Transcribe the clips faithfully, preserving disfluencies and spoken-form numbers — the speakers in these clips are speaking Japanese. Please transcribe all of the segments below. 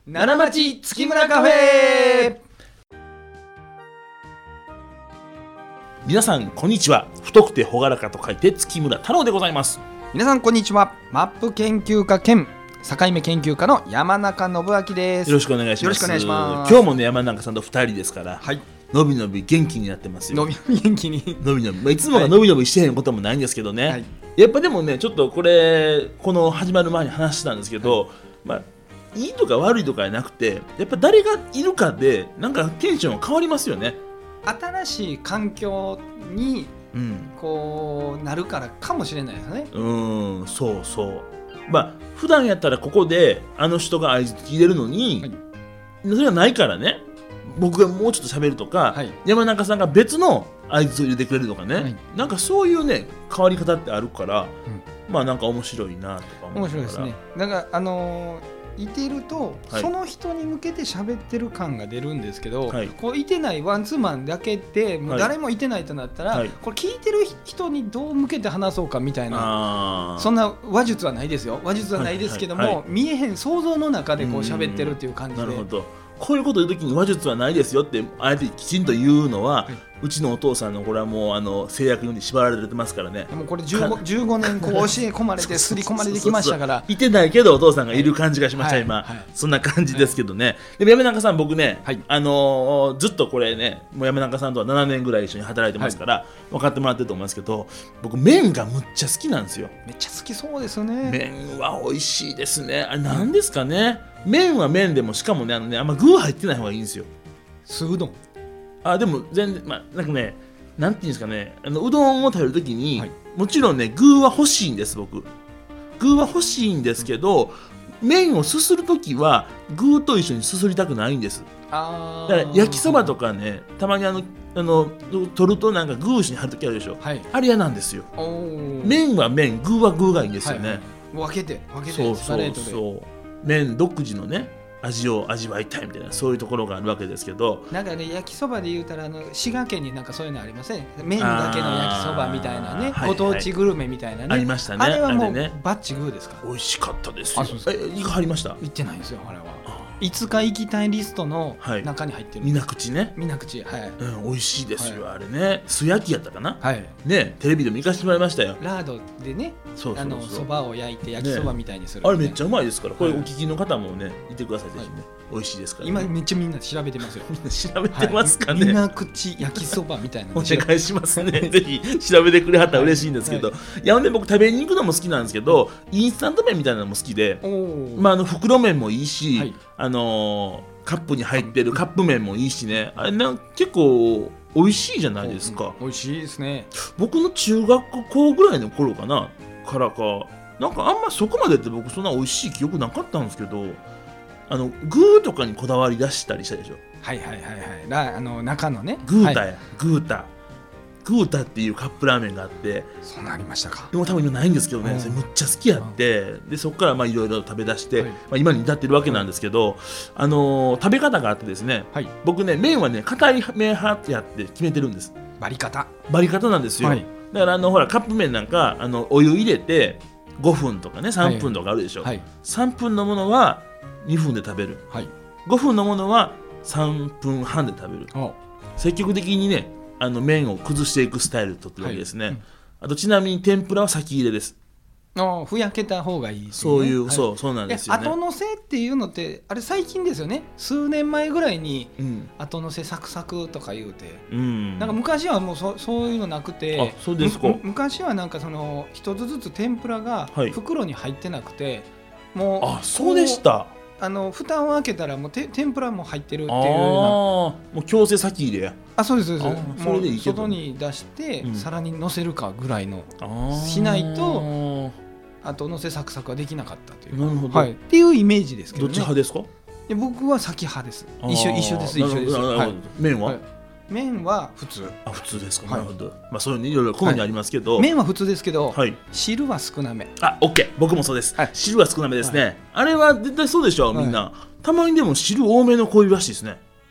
奈良町月村カフェ。 皆さんこんにちは。太くて朗らかと書いて月村太郎でございます。 皆さんこんにちは。マップ研究家兼境目研究家の山中信明です。 よろしくお願いします。 よろしくお願いします。 今日もね山中さんとふたりですから、 はい、 のびのび元気になってますよ。 のびのび元気にのびのび、まあ、いつもがのびのびしてへんこともないんですけどね、はい、やっぱでもねちょっとこれこの始まる前に話してたんですけど、はい、まあいいとか悪いとかじゃなくてやっぱ誰がいるかでなんかテンション変わりますよね。 新しい環境にこうなるからかもしれないですね。 うん、そうそう。まあ普段やったらここであの人が合図入れるのに、はい、それがないからね、僕がもうちょっと喋るとか、はい、山中さんが別の合図を入れてくれるとかね、はい、なんかそういうね変わり方ってあるから、うん、まあなんか面白いなとか思うから。面白いですね。 だからあのーいてると、はい、その人に向けて喋ってる感が出るんですけど、はい、こういてないワンツーマンだけでもう誰もいてないとなったら、はい、これ聞いてる人にどう向けて話そうかみたいな、そんな話術はないですよ。話術はないですけども、はいはいはい、見えへん想像の中でこう喋ってるっていう感じで。 なるほど。こういうこと言うときに話術はないですよってあえてきちんと言うのは、はい、うちのお父さんのこれはもうあの制約に縛られてますからね。 でもこれ じゅうご, じゅうごねんこう教え込まれてすり込まれてきましたからいてないけどお父さんがいる感じがしました、はい、今、はい、そんな感じですけどね、はい、でも山中さん僕ね、はい、あのー、ずっとこれねもう山中さんとはななねんぐらい一緒に働いてますから、はい、分かってもらってると思いますけど僕麺がむっちゃ好きなんですよ。 めっちゃ好きそうですね。 麺は美味しいですね。あれ何ですかね、麺は麺でもしかもねあのねあんま具入ってない方がいいんですよ。 酢うどんあでも全然まあなんかねなんていうんですかね、あのうどんを食べるときに、はい、もちろんね具は欲しいんです。僕具は欲しいんですけど、うん、麺をすするときは具と一緒にすすりたくないんです。あだから焼きそばとかねたまにあのあの取るとなんか具に貼るときあるでしょ、はい、あれ嫌なんですよ。麺は麺具は具がいいんですよね、はいはい、 分けて分けてそうそうそう麺独自のね味を味わいたいみたいなそういうところがあるわけですけど、 なんかね焼きそばで言うたらあの滋賀県になんかそういうのありません？麺だけの焼きそばみたいなね、ご当地グルメみたいなね、 ありましたね。 あれはもうバッチグーですか？ 美味しかったですよ。えいか入りました？ 行ってないんですよあれは。いつか行きたいリストの中に入ってる、はい、 水口ね水口、はい、 うん、美味しいですよ、はい、あれね素焼きやったかな、はい、ねテレビでも行かせてもらいましたよ。 ラードでねそうそうそう、あのそばを焼いて焼きそばみたいにする、 ね、あれめっちゃうまいですから、これお聞きの方もねいてください、ぜひね、はい、美味しいですから、ね、 今めっちゃみんな調べてますよ調べてますかね、 はい、水口焼きそばみたいなお願いしますねぜひ調べてくれはったら嬉しいんですけど、はいはい、いやほんで僕食べに行くのも好きなんですけどインスタント麺みたいなのも好きで、まあ、あの袋麺もいいし、はい、あのーカップに入ってるカップ麺もいいしね、あれな結構美味しいじゃないですか。 美味しいですね。 僕の中学校ぐらいの頃かなからかなんかあんまそこまでって僕そんな美味しい記憶なかったんですけど、あの具とかにこだわり出したりしたでしょ。 はいはいはいはい、あの中のねグータや、はい、グータグータっていうカップラーメンがあって、 そんなありましたか。 でも多分今ないんですけどね、それむっちゃ好きやって、でそこからまあいろいろ食べ出して、はい、まあ、今に至ってるわけなんですけど、はい、あのー、食べ方があってですね、はい、僕ね麺はね硬い麺派やって決めてるんです。 バリ方バリ方なんですよ、はい、だからあのほらカップ麺なんかあのお湯入れてごふんとかねさんぷんとかあるでしょ、はいはい、さんぷんのものはにふんで食べる、はい、ごふんのものはさんぷんはんで食べる。積極的にねあの麺を崩していくスタイルをとってるわけですね、はい、うん、あとちなみに天ぷらは先入れです。 あふやけた方がいいですね。そういう、はい、そう、そうなんですよね。 後乗せっていうのってあれ最近ですよね。数年前ぐらいに後乗せサクサクとか言うて、うん、なんか昔はもう そ, そういうのなくて、 あそうですか。 昔はなんかその一つずつ天ぷらが袋に入ってなくて、はい、もうあそうでした。 あの蓋を開けたらもうて天ぷらも入ってるっていうような、 もう強制先入れや。 あそうですそうです。もう外に出して、うん、皿に乗せるかぐらいのしないと後乗せサクサクはできなかったという。 なるほど、 はい、っていうイメージですけどね。 どっち派ですか？ で僕は先派です。一緒一緒です一緒です。はい、 麺は、はい、 麺は普通。 あ普通ですか、はい、なるほど。まあそういういろいろ好みありますけど、 はい、麺は普通ですけど、はい、汁は少なめ。 あ OK 僕もそうです、はい、汁は少なめですね、はい、あれは絶対そうでしょみんな、はい、たまにでも汁多めの濃いらしいですね。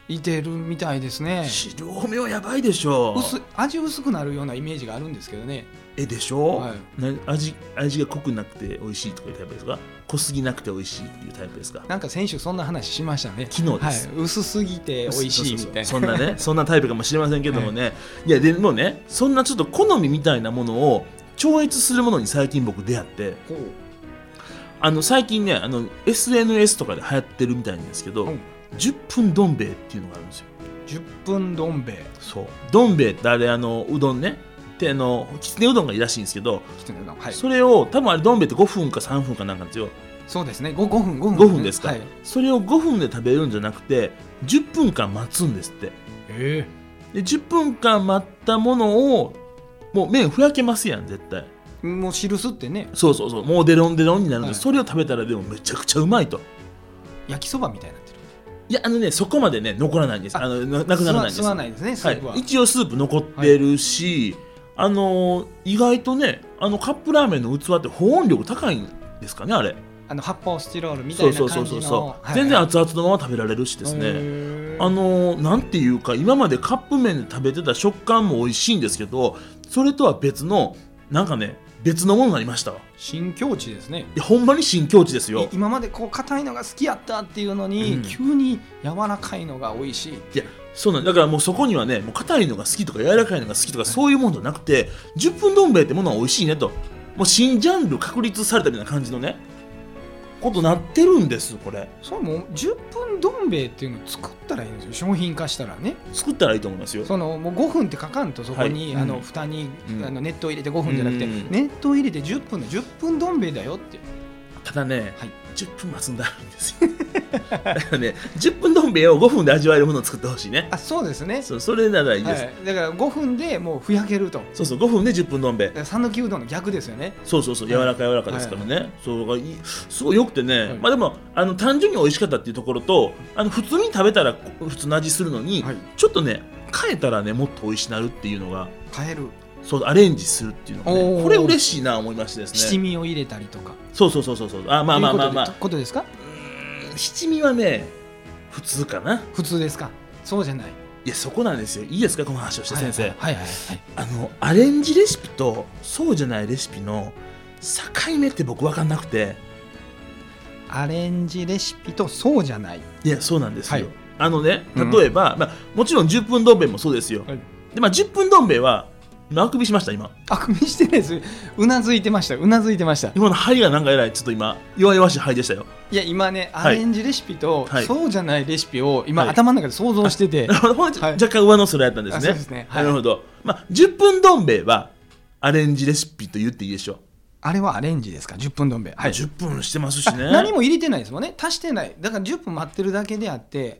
いてるみたいですね。 白米はやばいでしょ。 薄味薄くなるようなイメージがあるんですけどね。 えでしょ、 はい、 な 味, 味が濃くなくて美味しいとかいうタイプですか、濃すぎなくて美味しいっていうタイプですか。 なんか先週そんな話しましたね。 昨日です、 はい、薄すぎて美味しいみたいな、 そんなねそんなタイプかもしれませんけどもね、はい、いやでもねそんなちょっと好みみたいなものを超越するものに最近僕出会って、あの最近ねあの エスエヌエス とかで流行ってるみたいなんですけど、うん、じゅっぷんどん兵衛っていうのがあるんですよ。 じゅっぷんどん兵衛。 そうどん兵衛ってあれあのうどんねであのきつねうどんがいいらしいんですけど、 きつねうどん、はい、 それを多分あれどん兵衛ってごふんかさんぷんかなんかですよ。 そうですね 5, 5分ごふんごふんですか、 はい、 それをごふんで食べるんじゃなくてじゅっぷんかん待つんですって。 えー、でじゅっぷんかん待ったものをもう麺ふやけますやん絶対。 もう汁吸ってね。 そうそうそうもうデロンデロンになるんで、はい、それを食べたらでもめちゃくちゃうまいと。 焼きそばみたいになってる。 いやあのねそこまでね残らないんです。あのなくならないんです。 吸わないですねスープは、 はい、一応スープ残ってるし、はい、あのー、意外とねあのカップラーメンの器って保温力高いんですかねあれ。 あの発泡スチロールみたいな感じの。そうそうそうそう、 はい、全然熱々のまま食べられるしですね。あのー、なんていうか今までカップ麺で食べてた食感も美味しいんですけどそれとは別のなんかね別のものになりました。 新境地ですね。 いやほんまに新境地ですよ。 今までこう硬いのが好きやったっていうのに、うん、急に柔らかいのが美味しい。いやそうなんだからもうそこにはねもう硬いのが好きとか柔らかいのが好きとか、はい、そういうもんじゃなくてじゅっぷんどん兵衛ってものは美味しいねともう新ジャンル確立されたみたいな感じのねことなってるんですこれ。 それもうじゅっぷんどん兵衛っていうのを作ったらいいんですよ。商品化したらね作ったらいいと思いますよ。 そのもうごふんって書かんとそこに、はい、あの蓋に、うん、あの熱湯入れてごふんじゃなくて、うん、熱湯入れてじゅっぷんのじゅっぷんどん兵衛だよって。 ただね、はい、じゅっぷん待つんだあるんですよだからねじゅっぷんどん兵衛をごふんで味わえるものを作ってほしいね。 あそうですね。 そうそれならいいです、はい、 だからごふんでもうふやけると。 そうそうごふんでじゅっぷんどん兵衛。 讃岐うどんの逆ですよね。 そうそうそう柔らか柔らかですからね、はい、そうがすごいよくてね、はい、まあでもあの単純に美味しかったっていうところとあの普通に食べたら普通の味するのに、はい、ちょっとね変えたらねもっと美味しくなるっていうのが変えるそうアレンジするっていうのがねこれ嬉しいな思いましてですね。 七味を入れたりとか。 そうそうそうそうそうあまあまあまあまあことですか。 うーん七味はね普通かな。 普通ですか。そうじゃない。 いやそこなんですよ。いいですかこの話をして先生。 はいはいはい、はい、 あのアレンジレシピとそうじゃないレシピの境目って僕分かんなくて。 アレンジレシピとそうじゃない。 いやそうなんですよ、はい、あのね例えば、うんまあ、もちろんじゅっぷんどん兵衛もそうですよ、はいでまあ、じゅっぷんどん兵衛はあくびしました今。 あくびしてないです。うなずいてましたうなずいてました。 今の針がなんかえらいちょっと今弱々しい針でしたよ。 いや今ねアレンジレシピと、はい、そうじゃないレシピを今、はい、頭の中で想像してて、 はい、若干上の空やったんですね。 そうですね、はい、 なるほど、まあ、じゅっぷんどん兵衛はアレンジレシピと言っていいでしょう。 あれはアレンジですかじゅっぷんどん兵衛、 はい、じゅっぷんしてますしね。 何も入れてないですもんね。足してないだからじゅっぷん待ってるだけであって、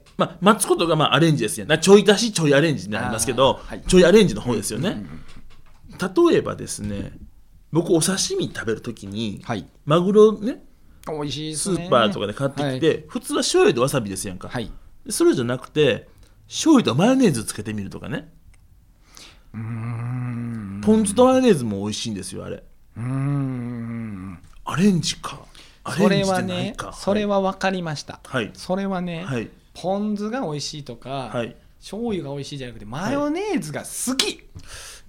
まあ、待つことがまあアレンジですよね。ちょい足しちょいアレンジになりますけど、はい、ちょいアレンジの方ですよね、うんうんうん、例えばですね僕お刺身食べるときに、はい、マグロね美味しいですねスーパーとかで買ってきて、はい、普通は醤油とわさびですやんか、はい、それじゃなくて醤油とマヨネーズつけてみるとかね。 うーんポン酢とマヨネーズも美味しいんですよあれ。 うーんアレンジかアレンジじゃないか。 それはね、それは分かりました、 はい、 それはね、 はい、 ポン酢が美味しいとか、はい、醤油が美味しいじゃなくてマヨネーズが好き、はい、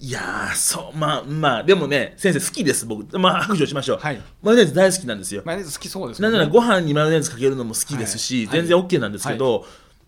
いやーそうまあまあでもね先生好きです僕。まあ白状しましょう、はい、マヨネーズ大好きなんですよ。 マヨネーズ好きそうですね。 なんならご飯にマヨネーズかけるのも好きですし、はい、全然 OK なんですけど、はい、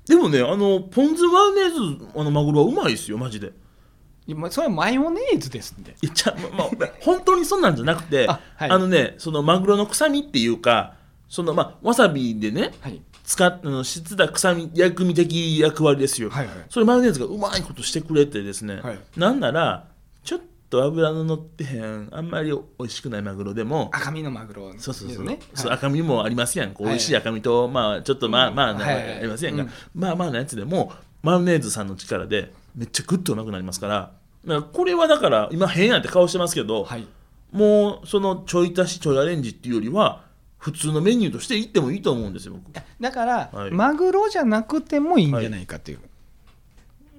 でもねあのポン酢マヨネーズあのマグロはうまいですよマジで。 いやそれはマヨネーズですんで。 いやちゃ、まあ、本当にそんなんじゃなくてあ、はい、あのねそのマグロの臭みっていうかその、まあ、わさびでね、はい、使っしてた臭み薬味的役割ですよ、はいはい、それマヨネーズがうまいことしてくれてですね、はい、なんならちょっと脂の乗ってへんあんまり美味しくないマグロでも赤身のマグロですね。 そうそうそう、はい、そう赤身もありますやん美味しい赤身と、まあ、ちょっとまあまあ、はい、ありますやんが、うん、まあまあなやつでもマヨネーズさんの力でめっちゃグッとうまくなりますから。これはだから今変やって顔してますけど、はい、もうそのちょい足しちょいアレンジっていうよりは普通のメニューとしていってもいいと思うんですよ僕。 だから、はい、マグロじゃなくてもいいんじゃないかっていう、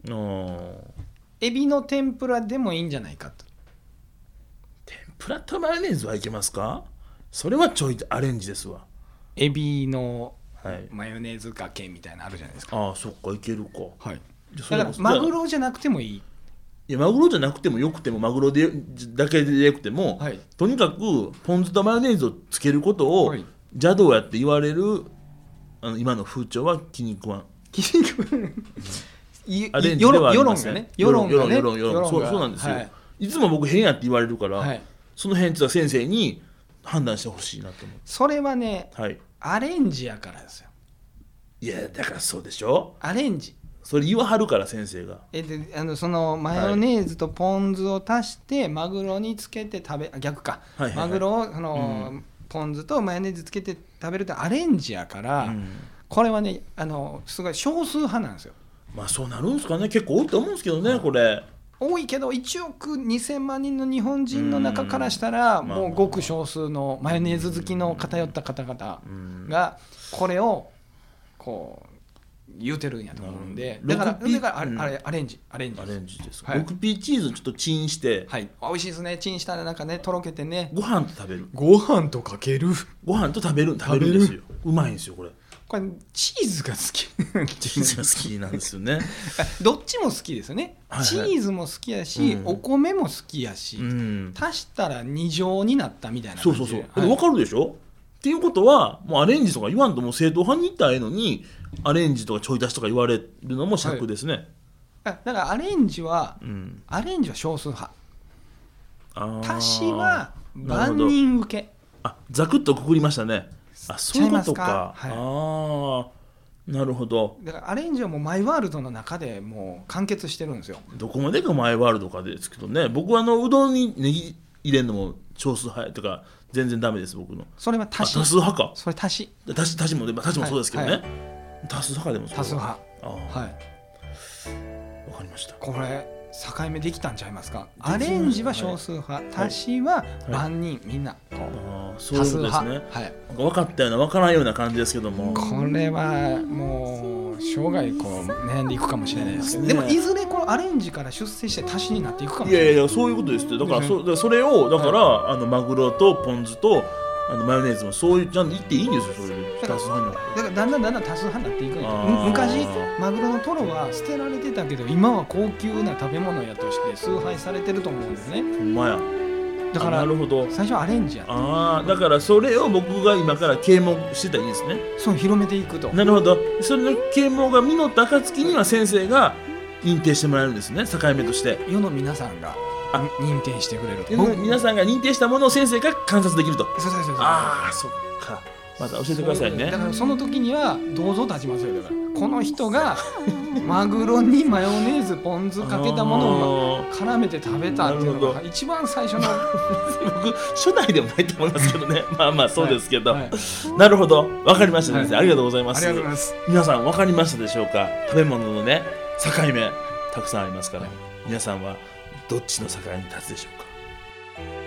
はい、エビの天ぷらでもいいんじゃないかと。 天ぷらとマヨネーズはいけますか。それはちょいアレンジですわ。 エビのはい、マヨネーズかけみたいなのあるじゃないですか。 ああそっかいけるか、 はい、だからマグロじゃなくてもいい。 いやマグロじゃなくてもよくてもマグロでだけでよくても、はい、とにかくポン酢とマヨネーズをつけることを、はい、邪道やって言われるあの今の風潮は気に食わん。 気に食わんアレンジではありません。 世論がね、 世論世論そうそうなんですよ、はい、いつも僕変やって言われるから、はい、その辺って先生に判断してほしいなと思う。 それはね、はい、アレンジやからですよ。 いやだからそうでしょ、 アレンジそれ言わはるから先生がえであのそのマヨネーズとポン酢を足してマグロにつけて食べ逆か、はいはいはい、マグロをその、うん、ポン酢とマヨネーズつけて食べるってアレンジやから、うん、これはねあのすごい少数派なんですよ。 まあそうなるんですかね。結構多いと思うんですけどね、うん、これ多いけどいちおくにせんまん人の日本人の中からしたら、うん、もうごく少数のマヨネーズ好きの偏った方々がこれをこう言うてるんやと思うんで、だから、だからあれ、うん、あれアレンジアレンジアレンジですか、はい、ろくピー チーズちょっとチンして、 はい、美味しいですね。チンしたらなんかねとろけてねご飯と食べる。 ご飯とかけるご飯と食べる食べるんですよ。うまいんですよこれ。 これチーズが好きチーズが好きなんですよねどっちも好きですよね、はいはい、チーズも好きやし、うん、お米も好きやし、うん、足したらに乗になったみたいな感じで。 そうそうそう、はい、分かるでしょっていうことはもうアレンジとか言わんともう正統派に言ったらええのにアレンジとかちょい足しとか言われるのも尺ですね、 はい、だからアレンジは、うん、アレンジは少数派、足しは万人受け。 あざくっとくくりましたね。あそういうことか、はい、あなるほど。 だからアレンジはもうマイワールドの中でもう完結してるんですよ。 どこまでがマイワールドかですけどね。僕はあのうどんにネギ入れるのも少数派とか全然ダメです。僕のそれは足し。 多数派か。 それ足し足し足しも足しもそうですけどね、はいはい、多数派でもそう。 多数派。あはいわかりました。 これ境目できたんちゃいますか。アレンジは少数派、はい、足しは万人、はい、みんなこうあそうですね、はい、分かったような分からないような感じですけども、 これはもう生涯こう悩んでいくかもしれないですけど、ね、でもいずれこのアレンジから出世して足しになっていくかもしれない。 いやいやそういうことですって。だから そ, それをだから、はい、あのマグロとポン酢とあのマヨネーズもそういうちゃんと言っていいんですよ。それで多数派になってだからだんだんだんだん多数派になっていくんですよ。昔マグロのトロは捨てられてたけど今は高級な食べ物やとして崇拝されてると思うんですね。 ほんまや。 だからなるほど最初はアレンジやった。 あだからそれを僕が今から啓蒙してたらいいですね。 そう広めていくと。 なるほど。それの啓蒙が実った暁には先生が認定してもらえるんですね。境目として世の皆さんが認定してくれると。 皆さんが認定したものを先生が観察できると。 そうそうそうそう。 ああそっか。また教えてくださいね。 だからその時には銅像立ちますよ。だからこの人がマグロにマヨネーズポン酢かけたものを絡めて食べたっていうのが一番最初の僕初代でもないと思いますけどねまあまあそうですけど、はいはい、なるほど分かりました先生、はい、ありがとうございます。 ありがとうございます。 皆さん分かりましたでしょうか。食べ物のね境目たくさんありますから、はい、皆さんはどっちの境に立つでしょうか。